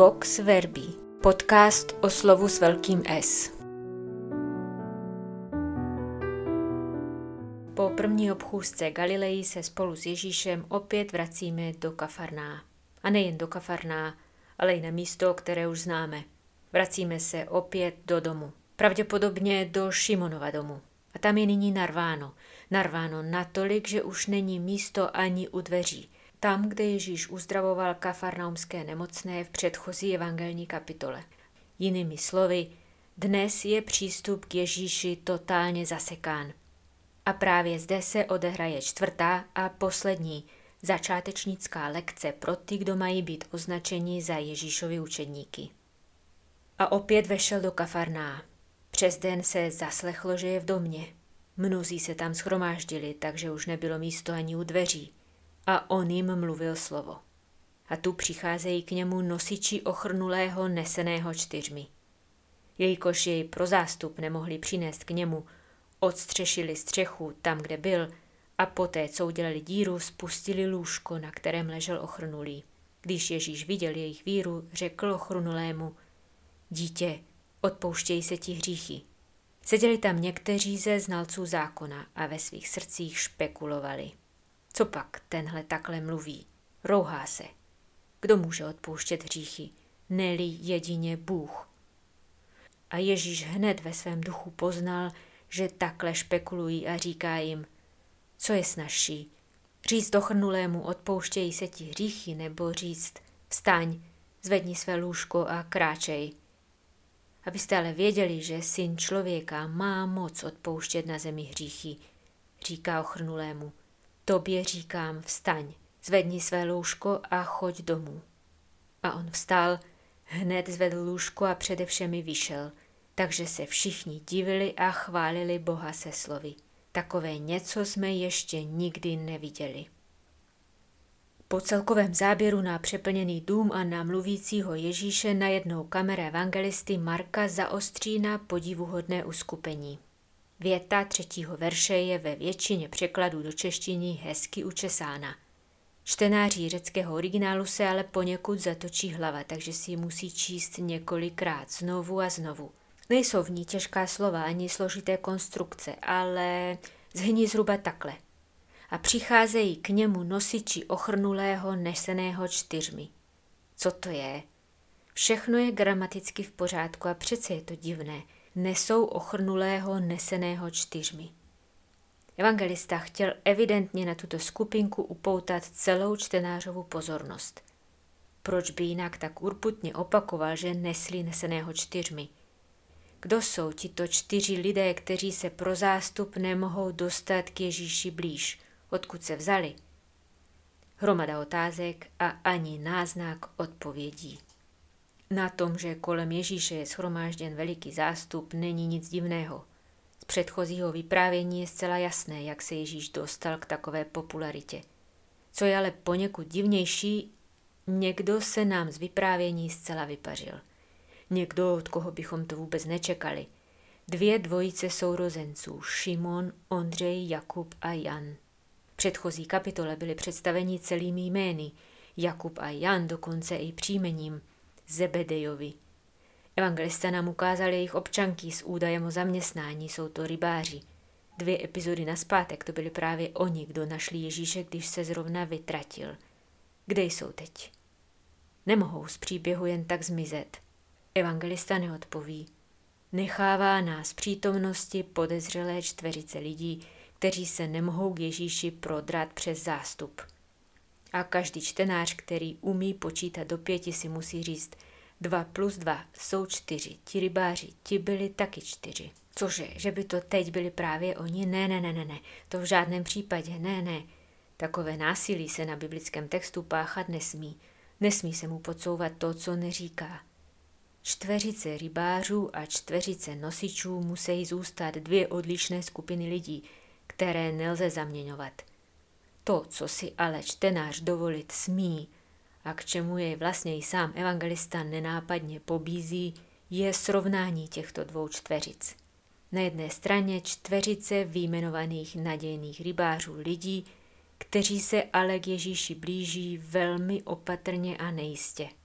Vox Verbi, podcast o slovu s velkým S. Po první obchůzce Galileji se spolu s Ježíšem opět vracíme do Kafarná. A nejen do Kafarná, ale i na místo, které už známe. Vracíme se opět do domu. Pravděpodobně do Šimonova domu. A tam je nyní narváno. Narváno natolik, že už není místo ani u dveří. Tam, kde Ježíš uzdravoval kafarnaumské nemocné v předchozí evangelní kapitole. Jinými slovy, dnes je přístup k Ježíši totálně zasekán. A právě zde se odehraje čtvrtá a poslední začátečnická lekce pro ty, kdo mají být označeni za Ježíšovi učedníky. A opět vešel do Kafarná. Přes den se zaslechlo, že je v domě. Mnozí se tam shromáždili, takže už nebylo místo ani u dveří. A on jim mluvil slovo. A tu přicházejí k němu nosiči ochrnulého neseného 4. Jelikož jej pro zástup nemohli přinést k němu, odstřešili střechu tam, kde byl, a poté, co udělali díru, spustili lůžko, na kterém ležel ochrnulý. Když Ježíš viděl jejich víru, řekl ochrnulému: Dítě, odpouštějí se ti hříchy. Seděli tam někteří ze znalců zákona a ve svých srdcích špekulovali. Co pak tenhle takhle mluví? Rouhá se. Kdo může odpouštět hříchy? Ne-li jedině Bůh. A Ježíš hned ve svém duchu poznal, že takhle špekulují a říká jim: Co je snazší? Říct ochrnulému odpouštějí se ti hříchy, nebo říct: Vstaň, zvedni své lůžko a kráčej. Abyste ale věděli, že Syn člověka má moc odpouštět na zemi hříchy, říká ochrnulému: Tobě říkám, vstaň, zvedni své lůžko a choď domů. A on vstal, hned zvedl lůžko a přede všemi vyšel, takže se všichni divili a chválili Boha se slovy. Takové něco jsme ještě nikdy neviděli. Po celkovém záběru na přeplněný dům a na mluvícího Ježíše najednou kamera evangelisty Marka zaostří na podivuhodné uskupení. Věta 3. verše je ve většině překladů do češtiny hezky učesána. Čtenáři řeckého originálu se ale poněkud zatočí hlava, takže si ji musí číst několikrát znovu a znovu. Nejsou v ní těžká slova ani složité konstrukce, ale zhní zhruba takhle. A přicházejí k němu nosiči ochrnulého neseného 4. Co to je? Všechno je gramaticky v pořádku a přece je to divné. Nesou ochrnulého neseného 4. Evangelista chtěl evidentně na tuto skupinku upoutat celou čtenářovu pozornost. Proč by jinak tak urputně opakoval, že nesli neseného 4? Kdo jsou tito 4 lidé, kteří se pro zástup nemohou dostat k Ježíši blíž? Odkud se vzali? Hromada otázek a ani náznak odpovědí. Na tom, že kolem Ježíše je shromážděn veliký zástup, není nic divného. Z předchozího vyprávění je zcela jasné, jak se Ježíš dostal k takové popularitě. Co je ale poněkud divnější, někdo se nám z vyprávění zcela vypařil. Někdo, od koho bychom to vůbec nečekali. 2 dvojice sourozenců, Šimon, Ondřej, Jakub a Jan. V předchozí kapitole byli představeni celými jmény, Jakub a Jan dokonce i příjmením Zebedejovi. Evangelista nám ukázal jejich občanky s údajem o zaměstnání, jsou to rybáři. 2 epizody nazpátek to byli právě oni, kdo našli Ježíše, když se zrovna vytratil. Kde jsou teď? Nemohou z příběhu jen tak zmizet. Evangelista neodpoví. Nechává nás přítomnosti podezřelé 4 lidí, kteří se nemohou k Ježíši prodrat přes zástup. A každý čtenář, který umí počítat do 5, si musí říct: 2 plus 2 jsou 4, ti rybáři, ti byli taky 4. Cože, že by to teď byli právě oni? Ne, to v žádném případě, ne. Takové násilí se na biblickém textu páchat nesmí. Nesmí se mu podsouvat to, co neříká. 4 rybářů a 4 nosičů musí zůstat 2 odlišné skupiny lidí, které nelze zaměňovat. To, co si ale čtenář dovolit smí a k čemu jej vlastně i sám evangelista nenápadně pobízí, je srovnání těchto 2 čtveřic. Na jedné straně 4 vyjmenovaných nadějných rybářů lidí, kteří se ale k Ježíši blíží velmi opatrně a nejistě.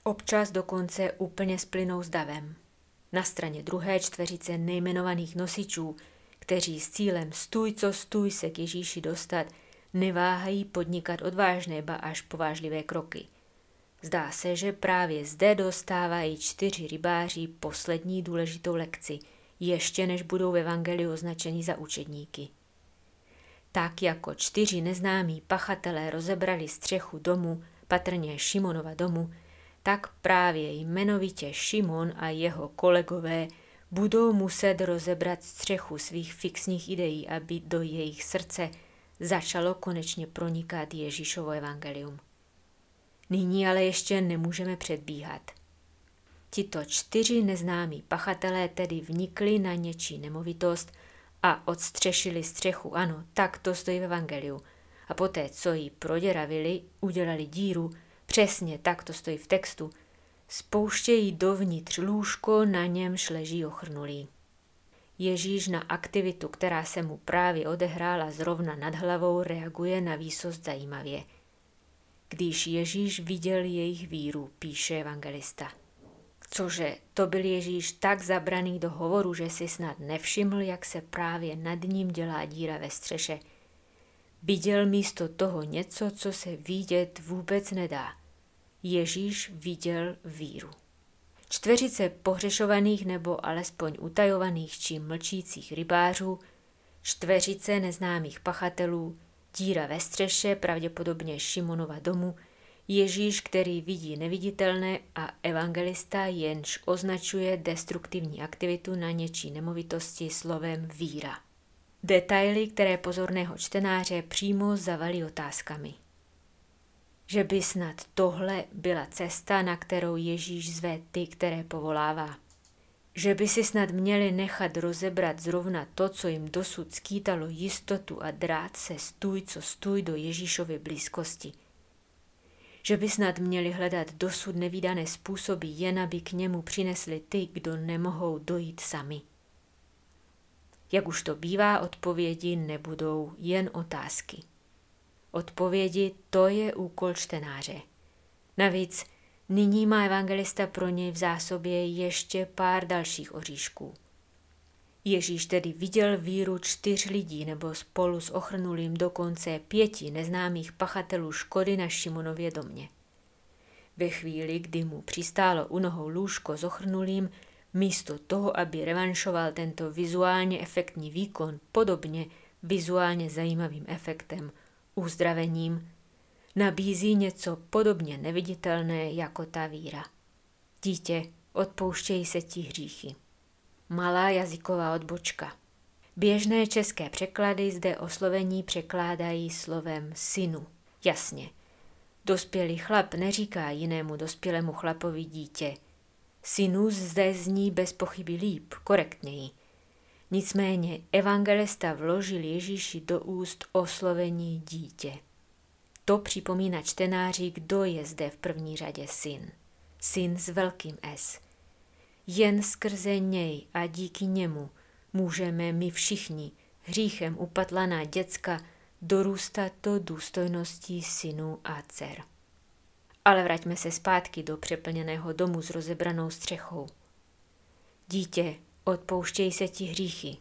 Občas dokonce úplně splynou s davem. Na straně druhé čtveřice nejmenovaných nosičů, kteří s cílem stůj co stůj se k Ježíši dostat, neváhají podnikat odvážné ba až povážlivé kroky. Zdá se, že právě zde dostávají 4 rybáři poslední důležitou lekci, ještě než budou v evangeliu označeni za učedníky. Tak jako 4 neznámí pachatelé rozebrali střechu domu, patrně Šimonova domu, tak právě jmenovitě Šimon a jeho kolegové budou muset rozebrat střechu svých fixních ideí, aby do jejich srdce začalo konečně pronikat Ježíšovo evangelium. Nyní ale ještě nemůžeme předbíhat. Tito 4 neznámí pachatelé tedy vnikli na něčí nemovitost a odstřešili střechu, ano, tak to stojí v evangeliu. A poté, co ji proděravili, udělali díru, přesně tak to stojí v textu, spouštějí dovnitř lůžko, na němž leží ochrnulý. Ježíš na aktivitu, která se mu právě odehrála zrovna nad hlavou, reaguje na výsost zajímavě. Když Ježíš viděl jejich víru, píše evangelista. Cože, to byl Ježíš tak zabraný do hovoru, že si snad nevšiml, jak se právě nad ním dělá díra ve střeše. Viděl místo toho něco, co se vidět vůbec nedá. Ježíš viděl víru. Čtveřice pohřešovaných nebo alespoň utajovaných či mlčících rybářů, čtveřice neznámých pachatelů, díra ve střeše, pravděpodobně Šimonova domu, Ježíš, který vidí neviditelné a evangelista, jenž označuje destruktivní aktivitu na něčí nemovitosti slovem víra. Detaily, které pozorného čtenáře přímo zavalí otázkami. Že by snad tohle byla cesta, na kterou Ježíš zve ty, které povolává. Že by si snad měli nechat rozebrat zrovna to, co jim dosud skýtalo jistotu a drát se stůj co stůj do Ježíšovy blízkosti. Že by snad měli hledat dosud nevídané způsoby, jen aby k němu přinesli ty, kdo nemohou dojít sami. Jak už to bývá, odpovědi nebudou jen otázky. Odpovědi, to je úkol čtenáře. Navíc nyní má evangelista pro něj v zásobě ještě pár dalších oříšků. Ježíš tedy viděl víru 4 lidí nebo spolu s ochrnulým dokonce 5 neznámých pachatelů škody na Šimonově domě. Ve chvíli, kdy mu přistálo u nohou lůžko s ochrnulým, místo toho, aby revanšoval tento vizuálně efektní výkon podobně vizuálně zajímavým efektem, uzdravením, nabízí něco podobně neviditelné jako ta víra. Dítě, odpouštějí se ti hříchy. Malá jazyková odbočka. Běžné české překlady zde oslovení překládají slovem synu. Jasně, dospělý chlap neříká jinému dospělému chlapovi dítě. Synus zde zní bez pochyby líp, korektněji. Nicméně evangelista vložil Ježíši do úst oslovení dítě. To připomíná čtenáři, kdo je zde v první řadě syn. Syn s velkým S. Jen skrze něj a díky němu můžeme my všichni, hříchem upatlaná děcka, dorůstat do důstojností synů a dcer. Ale vraťme se zpátky do přeplněného domu s rozebranou střechou. Dítě, odpouštějí se ti hříchy.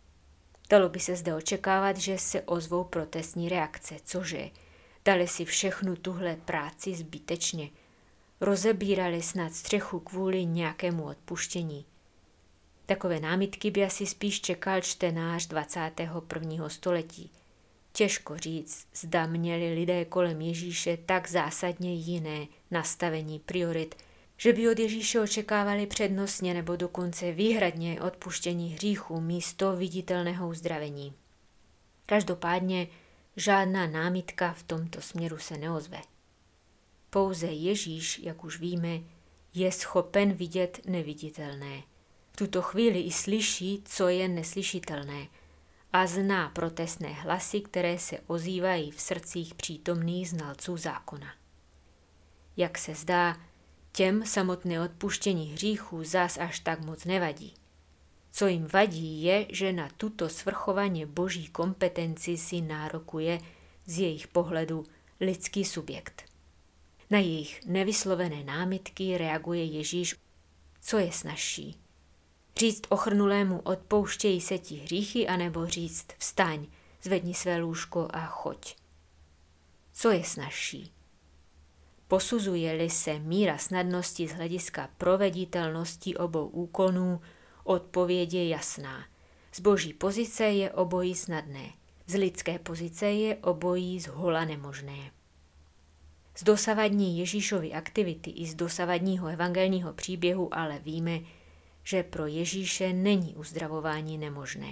Dalo by se zde očekávat, že se ozvou protestní reakce, cože, dali si všechnu tuhle práci zbytečně, rozebírali snad střechu kvůli nějakému odpuštění. Takové námitky by asi spíš čekal čtenář 21. století. Těžko říct, zda měli lidé kolem Ježíše tak zásadně jiné nastavení priorit, že by od Ježíše očekávali přednostně nebo dokonce výhradně odpuštění hříchů místo viditelného uzdravení. Každopádně žádná námitka v tomto směru se neozve. Pouze Ježíš, jak už víme, je schopen vidět neviditelné. V tuto chvíli i slyší, co je neslyšitelné, a zná protestné hlasy, které se ozývají v srdcích přítomných znalců zákona. Jak se zdá, těm samotné odpuštění hříchů zas až tak moc nevadí. Co jim vadí je, že na tuto svrchovaně boží kompetenci si nárokuje z jejich pohledu lidský subjekt. Na jejich nevyslovené námitky reaguje Ježíš, co je snazší. Říct ochrnulému odpouštějí se ti hříchy, anebo říct vstaň, zvedni své lůžko a choď. Co je snazší? Posuzuje-li se míra snadnosti z hlediska proveditelnosti obou úkonů, odpověď je jasná. Z boží pozice je obojí snadné, z lidské pozice je obojí zhola nemožné. Z dosavadní Ježíšovy aktivity i z dosavadního evangelního příběhu ale víme, že pro Ježíše není uzdravování nemožné.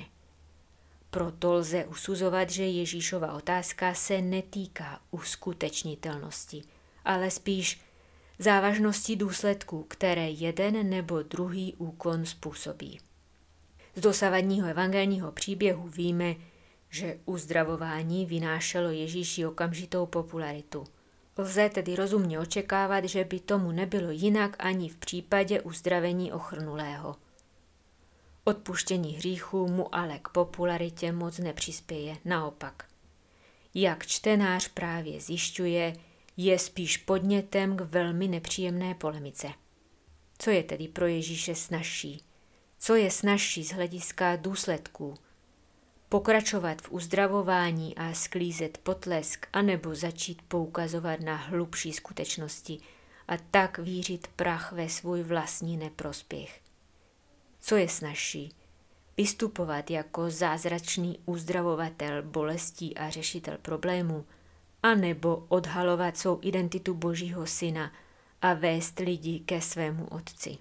Proto lze usuzovat, že Ježíšova otázka se netýká uskutečnitelnosti, ale spíš závažnosti důsledků, které jeden nebo druhý úkon způsobí. Z dosavadního evangelního příběhu víme, že uzdravování vynášelo Ježíši okamžitou popularitu. Lze tedy rozumně očekávat, že by tomu nebylo jinak ani v případě uzdravení ochrnulého. Odpuštění hříchů mu ale k popularitě moc nepřispěje, naopak. Jak čtenář právě zjišťuje, je spíš podnětem k velmi nepříjemné polemice. Co je tedy pro Ježíše snazší? Co je snazší z hlediska důsledků? Pokračovat v uzdravování a sklízet potlesk, anebo začít poukazovat na hlubší skutečnosti a tak vířit prach ve svůj vlastní neprospěch. Co je snazší? Vystupovat jako zázračný uzdravovatel bolestí a řešitel problémů, anebo odhalovat svou identitu Božího syna a vést lidi ke svému otci.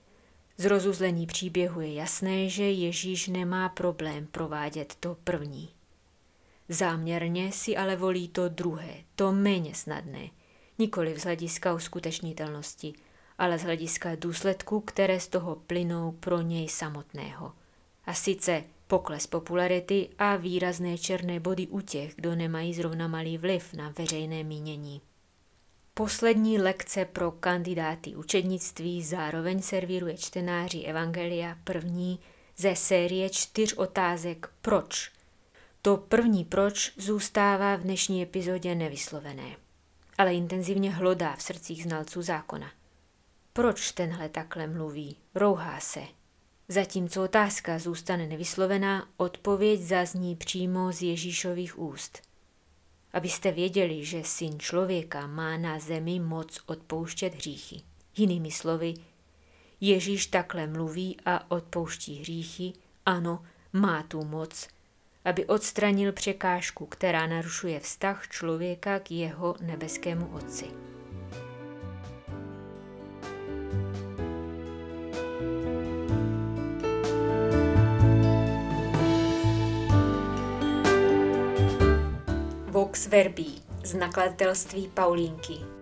Z rozuzlení příběhu je jasné, že Ježíš nemá problém provádět to první. Záměrně si ale volí to druhé, to méně snadné, nikoli z hlediska uskutečnitelnosti, ale z hlediska důsledků, které z toho plynou pro něj samotného. A sice pokles popularity a výrazné černé body u těch, kdo nemají zrovna malý vliv na veřejné mínění. Poslední lekce pro kandidáty učednictví zároveň servíruje čtenáři Evangelia první ze série 4 otázek proč. To první proč zůstává v dnešní epizodě nevyslovené, ale intenzivně hlodá v srdcích znalců zákona. Proč tenhle takhle mluví, rouhá se? Zatímco otázka zůstane nevyslovená, odpověď zazní přímo z Ježíšových úst. Abyste věděli, že Syn člověka má na zemi moc odpouštět hříchy. Jinými slovy, Ježíš takhle mluví a odpouští hříchy, ano, má tu moc, aby odstranil překážku, která narušuje vztah člověka k jeho nebeskému Otci. Vox Verbi z nakladatelství Paulínky.